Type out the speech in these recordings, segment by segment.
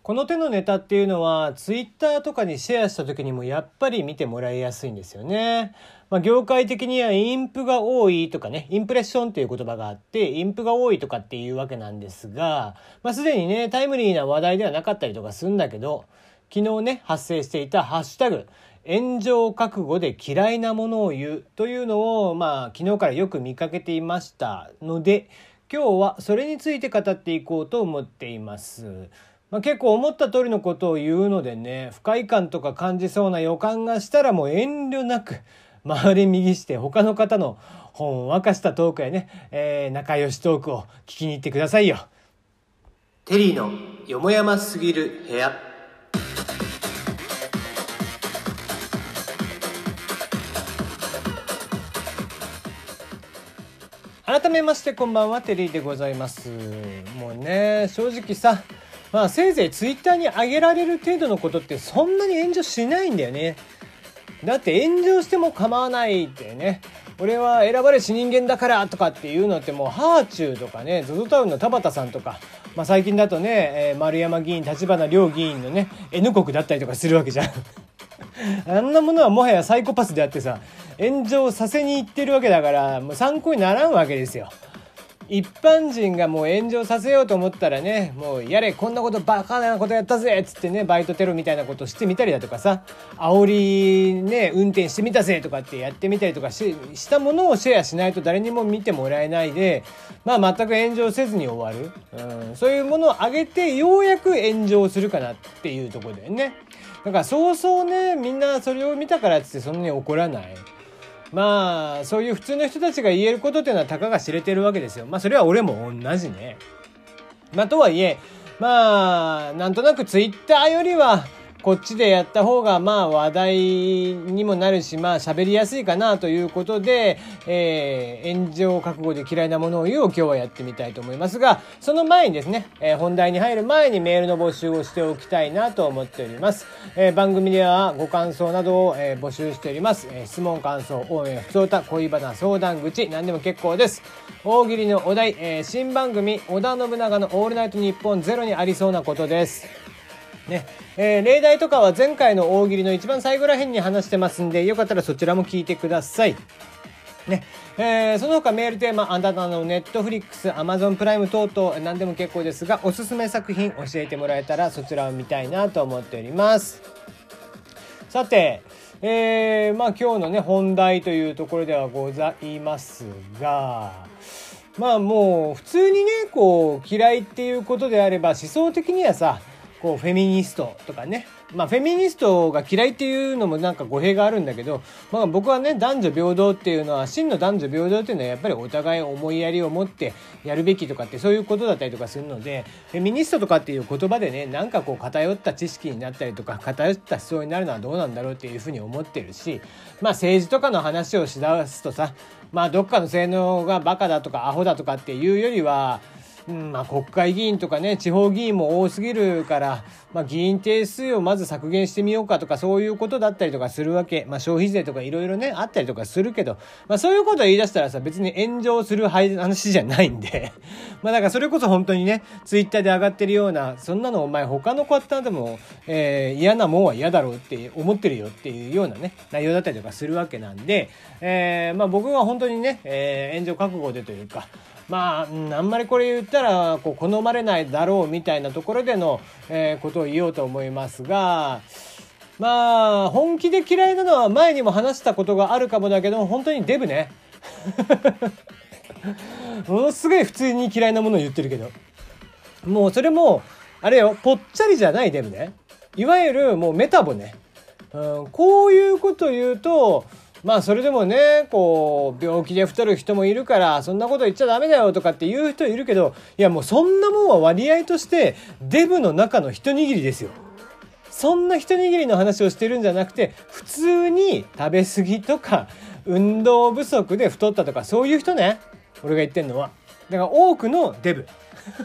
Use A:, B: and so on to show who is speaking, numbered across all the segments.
A: この手のネタっていうのはツイッターとかにシェアした時にもやっぱり見てもらいやすいんですよね。業界的にはインプが多いとかね、インプレッションっていう言葉があって、インプが多いとかっていうわけなんですが、すでにね、タイムリーな話題ではなかったりとかするんだけど、昨日ね、発生していたハッシュタグ、炎上覚悟で嫌いなものを言うというのを、昨日からよく見かけていましたので、今日はそれについて語っていこうと思っています。結構思った通りのことを言うのでね、不快感とか感じそうな予感がしたらもう遠慮なく回り右して他の方のほんわかしたトークやね、仲良しトークを聞きに行ってくださいよ。テリーのよもやますぎる部屋。改めましてこんばんは、テリーでございます。もうね、正直さ、せいぜいツイッターに上げられる程度のことってそんなに炎上しないんだよね。だって炎上しても構わないってね、俺は選ばれし人間だからとかっていうのってもうハーチューとかね、ZOZOタウンの田畑さんとか、最近だとね、丸山議員、立花両議員のね N 国だったりとかするわけじゃんあんなものはもはやサイコパスであってさ、炎上させに行ってるわけだから、もう参考にならんわけですよ。一般人がもう炎上させようと思ったらね、もうやれこんなことバカなことやったぜっつってね、バイトテロみたいなことしてみたりだとかさ、煽りね運転してみたぜとかってやってみたりとかしたものをシェアしないと誰にも見てもらえないで、全く炎上せずに終わる、そういうものを上げてようやく炎上するかなっていうところだよね。だからそうそうね、みんなそれを見たからっつってそんなに怒らない。そういう普通の人たちが言えることっていうのはたかが知れてるわけですよ。それは俺も同じね。とはいえ、なんとなくツイッターよりはこっちでやった方が話題にもなるし、喋りやすいかなということで、炎上覚悟で嫌いなものを言うを今日はやってみたいと思いますが、その前にですね、本題に入る前にメールの募集をしておきたいなと思っております。番組ではご感想などを、募集しております。質問、感想、応援、ふつおた、恋バナ、相談口、何でも結構です。大喜利のお題、新番組織田信長のオールナイトニッポンゼロにありそうなことですね。例題とかは前回の大喜利の一番最後ら辺に話してますんで、よかったらそちらも聞いてくださいね。その他メールテーマ、あなたのネットフリックス、アマゾンプライム等々何でも結構ですが、おすすめ作品教えてもらえたらそちらを見たいなと思っております。さて、今日のね本題というところではございますが、もう普通にね嫌いっていうことであれば、思想的にはさ、フェミニストとかね、フェミニストが嫌いっていうのもなんか語弊があるんだけど、僕はね、男女平等っていうのは、真の男女平等っていうのはやっぱりお互い思いやりを持ってやるべきとかって、そういうことだったりとかするので、フェミニストとかっていう言葉でね、なんか偏った知識になったりとか偏った思想になるのはどうなんだろうっていうふうに思ってるし、政治とかの話をしだすとさ、どっかの性能がバカだとかアホだとかっていうよりは、国会議員とかね、地方議員も多すぎるから、議員定数をまず削減してみようかとか、そういうことだったりとかするわけ。消費税とかいろいろねあったりとかするけど、そういうことを言い出したらさ、別に炎上する話じゃないんでだからそれこそ本当にね、ツイッターで上がってるような、そんなのお前他の方でも、嫌なもんは嫌だろうって思ってるよっていうようなね内容だったりとかするわけなんで、僕は本当にね、炎上覚悟でというか、あんまりこれ言ったら好まれないだろうみたいなところでの、ことを言おうと思いますが、本気で嫌いなのは前にも話したことがあるかもだけど、本当にデブねものすごい普通に嫌いなものを言ってるけど、もうそれもあれよ、ぽっちゃりじゃないデブね、いわゆるもうメタボね。こういうこと言うと、それでもね病気で太る人もいるからそんなこと言っちゃダメだよとかって言う人いるけど、いやもうそんなもんは割合としてデブの中の一握りですよ。そんな一握りの話をしてるんじゃなくて、普通に食べ過ぎとか運動不足で太ったとか、そういう人ね、俺が言ってんのは。だから多くのデブ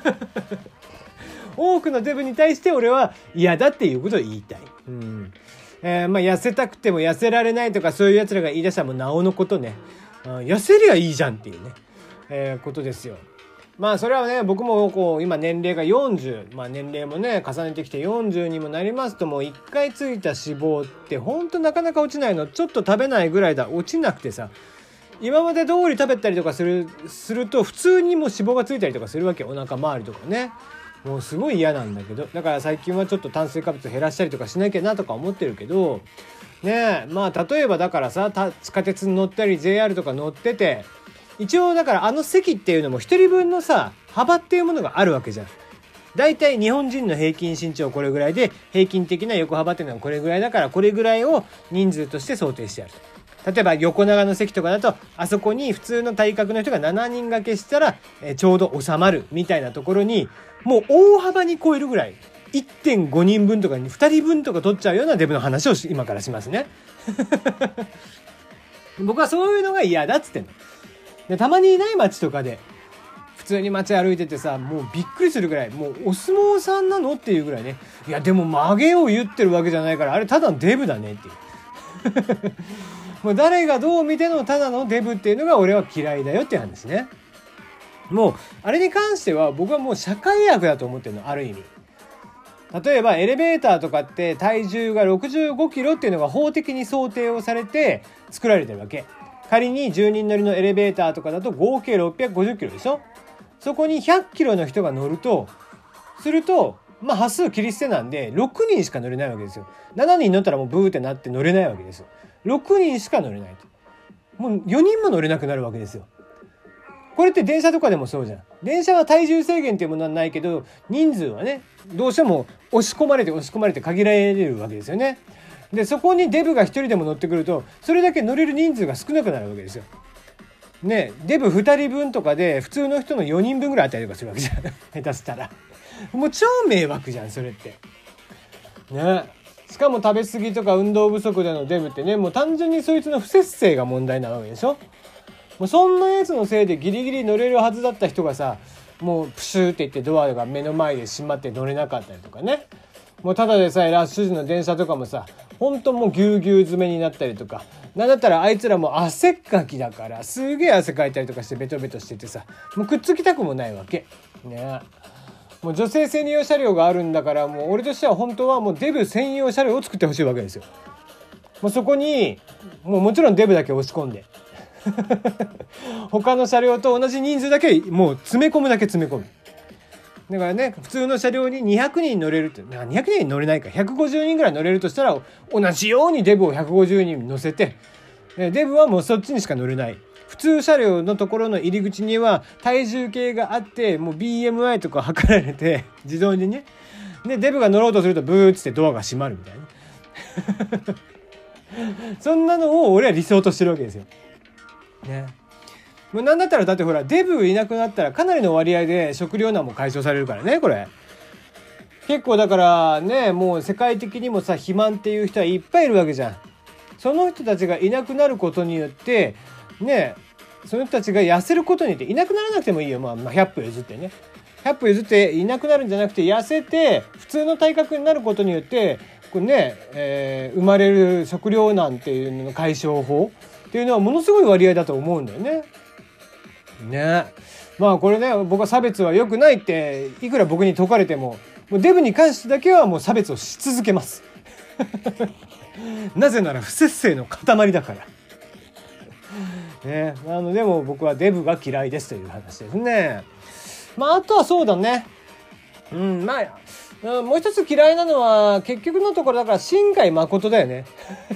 A: 多くのデブに対して俺は嫌だっていうことを言いたい。痩せたくても痩せられないとか、そういうやつらが言い出したらもうなおのことね、痩せりゃいいじゃんっていうね、ことですよ。 まあそれはね、僕もこう今年齢が40、まあ年齢もね重ねてきて40にもなりますと、もう一回ついた脂肪ってほんとなかなか落ちないの。ちょっと食べないぐらいだ、落ちなくてさ、今まで通り食べたりとかすると普通にもう脂肪がついたりとかするわけ、お腹周りとかね。もうすごい嫌なんだけど、だから最近はちょっと炭水化物減らしたりとかしなきゃなとか思ってるけどね。まあ例えばだからさ、地下鉄に乗ったり JR とか乗ってて、一応だからあの席っていうのも一人分のさ幅っていうものがあるわけじゃん。だいたい日本人の平均身長これぐらいで、平均的な横幅っていうのはこれぐらいだから、これぐらいを人数として想定してあると。例えば横長の席とかだと、あそこに普通の体格の人が7人掛けしたらちょうど収まるみたいなところに、もう大幅に超えるぐらい 1.5 人分とかに2人分とか取っちゃうようなデブの話を今からしますね僕はそういうのが嫌だっつってんの。でたまにいない街とかで普通に街歩いててさ、もうびっくりするぐらい、もうお相撲さんなのっていうぐらいね。いやでも曲げを言ってるわけじゃないから、あれただのデブだねっていうもう誰がどう見てのただのデブっていうのが俺は嫌いだよっていう話ね。もうあれに関しては僕はもう社会悪だと思ってるの、ある意味。例えばエレベーターとかって体重が65キロっていうのが法的に想定をされて作られてるわけ。仮に10人乗りのエレベーターとかだと合計650キロでしょ。そこに100キロの人が乗るとすると、まあ端数切り捨てなんで6人しか乗れないわけですよ。7人乗ったらもうブーってなって乗れないわけですよ。6人しか乗れないと、もう4人も乗れなくなるわけですよ。これって電車とかでもそうじゃん。電車は体重制限っていうものはないけど、人数はねどうしても押し込まれて限られるわけですよね。でそこにデブが一人でも乗ってくると、それだけ乗れる人数が少なくなるわけですよ。ね、デブ2人分とかで普通の人の4人分ぐらいあったりとかするわけじゃん下手したらもう超迷惑じゃんそれってね。しかも食べ過ぎとか運動不足でのデブってね、もう単純にそいつの不節制が問題なわけでしょ。もうそんなやつのせいでギリギリ乗れるはずだった人がさ、もうプシューっていってドアが目の前で閉まって乗れなかったりとかね。もうただでさえラッシュ時の電車とかもさ、ほんともうぎゅうぎゅう詰めになったりとか、なんだったらあいつらもう汗っかきだからすげえ汗かいたりとかしてベトベトしててさ、もうくっつきたくもないわけね。もう女性専用車両があるんだから、もう俺としては本当はもうデブ専用車両を作ってほしいわけですよ。もうそこにもちろんデブだけ押し込んで他の車両と同じ人数だけもう詰め込むだけ詰め込む。だからね、普通の車両に200人乗れるって、200人乗れないか、150人ぐらい乗れるとしたら、同じようにデブを150人乗せて、デブはもうそっちにしか乗れない。普通車両のところの入り口には体重計があって、もう BMI とか測られて自動にね、でデブが乗ろうとするとブーッつってドアが閉まるみたいなそんなのを俺は理想としてるわけですよね。もうなんだったらだってほらデブいなくなったらかなりの割合で食糧難も解消されるからね。これ結構だからね、もう世界的にもさ肥満っていう人はいっぱいいるわけじゃん。その人たちがいなくなることによってね、その人たちが痩せることによって、いなくならなくてもいいよ、まあ100歩譲ってね、100歩譲っていなくなるんじゃなくて痩せて普通の体格になることによってこれね、生まれる食糧難っていうのの解消法っていうのはものすごい割合だと思うんだよね。ね、まあこれね、僕は差別は良くないっていくら僕に説かれても、もうデブに関してだけはもう差別をし続けますなぜなら不節制の塊だからね。でも僕はデブが嫌いですという話ですね。まああとはそうだね、まあもう一つ嫌いなのは結局のところだから新海誠だよね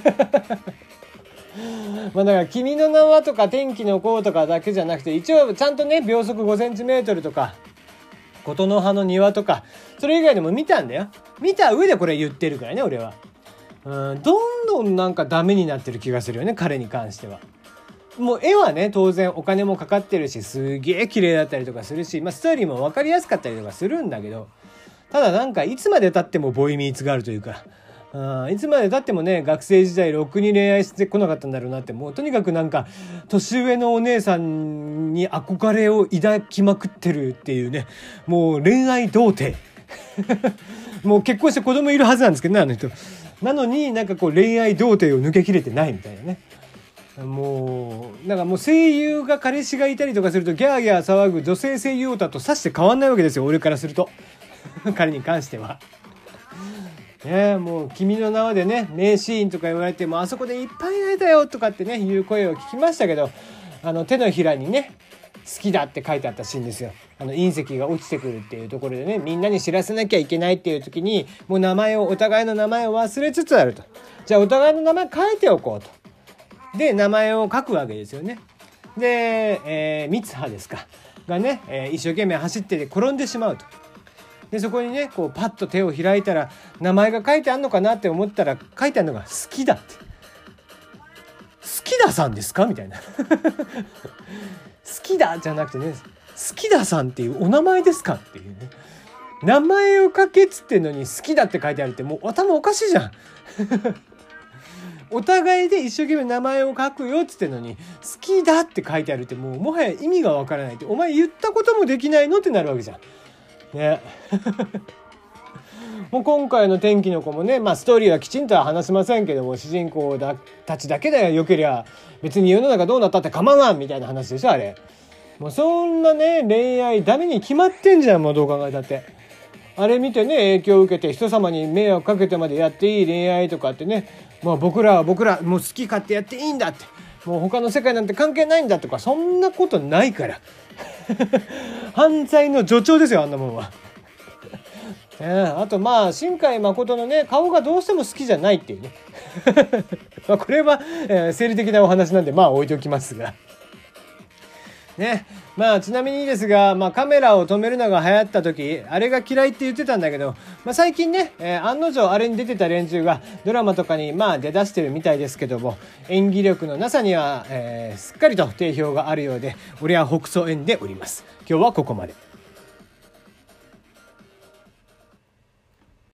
A: まあだから君の名はとか天気の子とかだけじゃなくて、一応ちゃんとね秒速5センチメートルとか琴の葉の庭とかそれ以外でも見たんだよ。見た上でこれ言ってるからね俺は。どんどんなんかダメになってる気がするよね彼に関しては。もう絵はね当然お金もかかってるしすげえ綺麗だったりとかするし、まあストーリーも分かりやすかったりとかするんだけど、ただなんかいつまで経ってもボーイミーツがあるというか、いつまで経ってもね学生時代ろくに恋愛してこなかったんだろうなって、もうとにかくなんか年上のお姉さんに憧れを抱きまくってるっていうね、もう恋愛童貞もう結婚して子供いるはずなんですけどねあの人なのに、なんかこう恋愛童貞を抜けきれてないみたいなね。 もうなんかもう声優が彼氏がいたりとかするとギャーギャー騒ぐ女性声優オタとさして変わんないわけですよ、俺からすると彼に関してはね。もう君の名はでね名シーンとか言われてもあそこでいっぱい泣いたよとかってねいう声を聞きましたけど、手のひらにね好きだって書いてあったシーンですよ。隕石が落ちてくるっていうところでね、みんなに知らせなきゃいけないっていう時にもうお互いの名前を忘れつつあると。じゃあお互いの名前書いておこうと。で名前を書くわけですよね。で、三葉ですかがね、一生懸命走ってて転んでしまうと。でそこにねこうパッと手を開いたら名前が書いてあるのかなって思ったら書いてあるのが好きだって。好きださんですかみたいな好きだじゃなくてね、好きださんっていうお名前ですかっていうね。名前を書けっつってんのに好きだって書いてあるってもう頭おかしいじゃんお互いで一生懸命名前を書くよっつってんのに好きだって書いてあるってもはや意味がわからないって、お前言ったこともできないのってなるわけじゃんねもう今回の天気の子もね、ストーリーはきちんとは話せませんけども、主人公たちだけでよけりゃ別に世の中どうなったって構わんみたいな話でしょあれ。もうそんなね恋愛ダメに決まってんじゃん、もうどう考えたって。あれ見てね影響を受けて人様に迷惑かけてまでやっていい恋愛とかってね、僕らもう好き勝手やっていいんだって、もう他の世界なんて関係ないんだとか、そんなことないから犯罪の助長ですよあんなもんはあと新海誠のね顔がどうしても好きじゃないっていうねこれは、生理的なお話なんで置いておきますがね。ちなみにですが、カメラを止めるのが流行った時あれが嫌いって言ってたんだけど、最近ね、案の定あれに出てた連中がドラマとかに出だしてるみたいですけども、演技力のなさには、すっかりと定評があるようで、俺は北総園でおります。今日はここまで。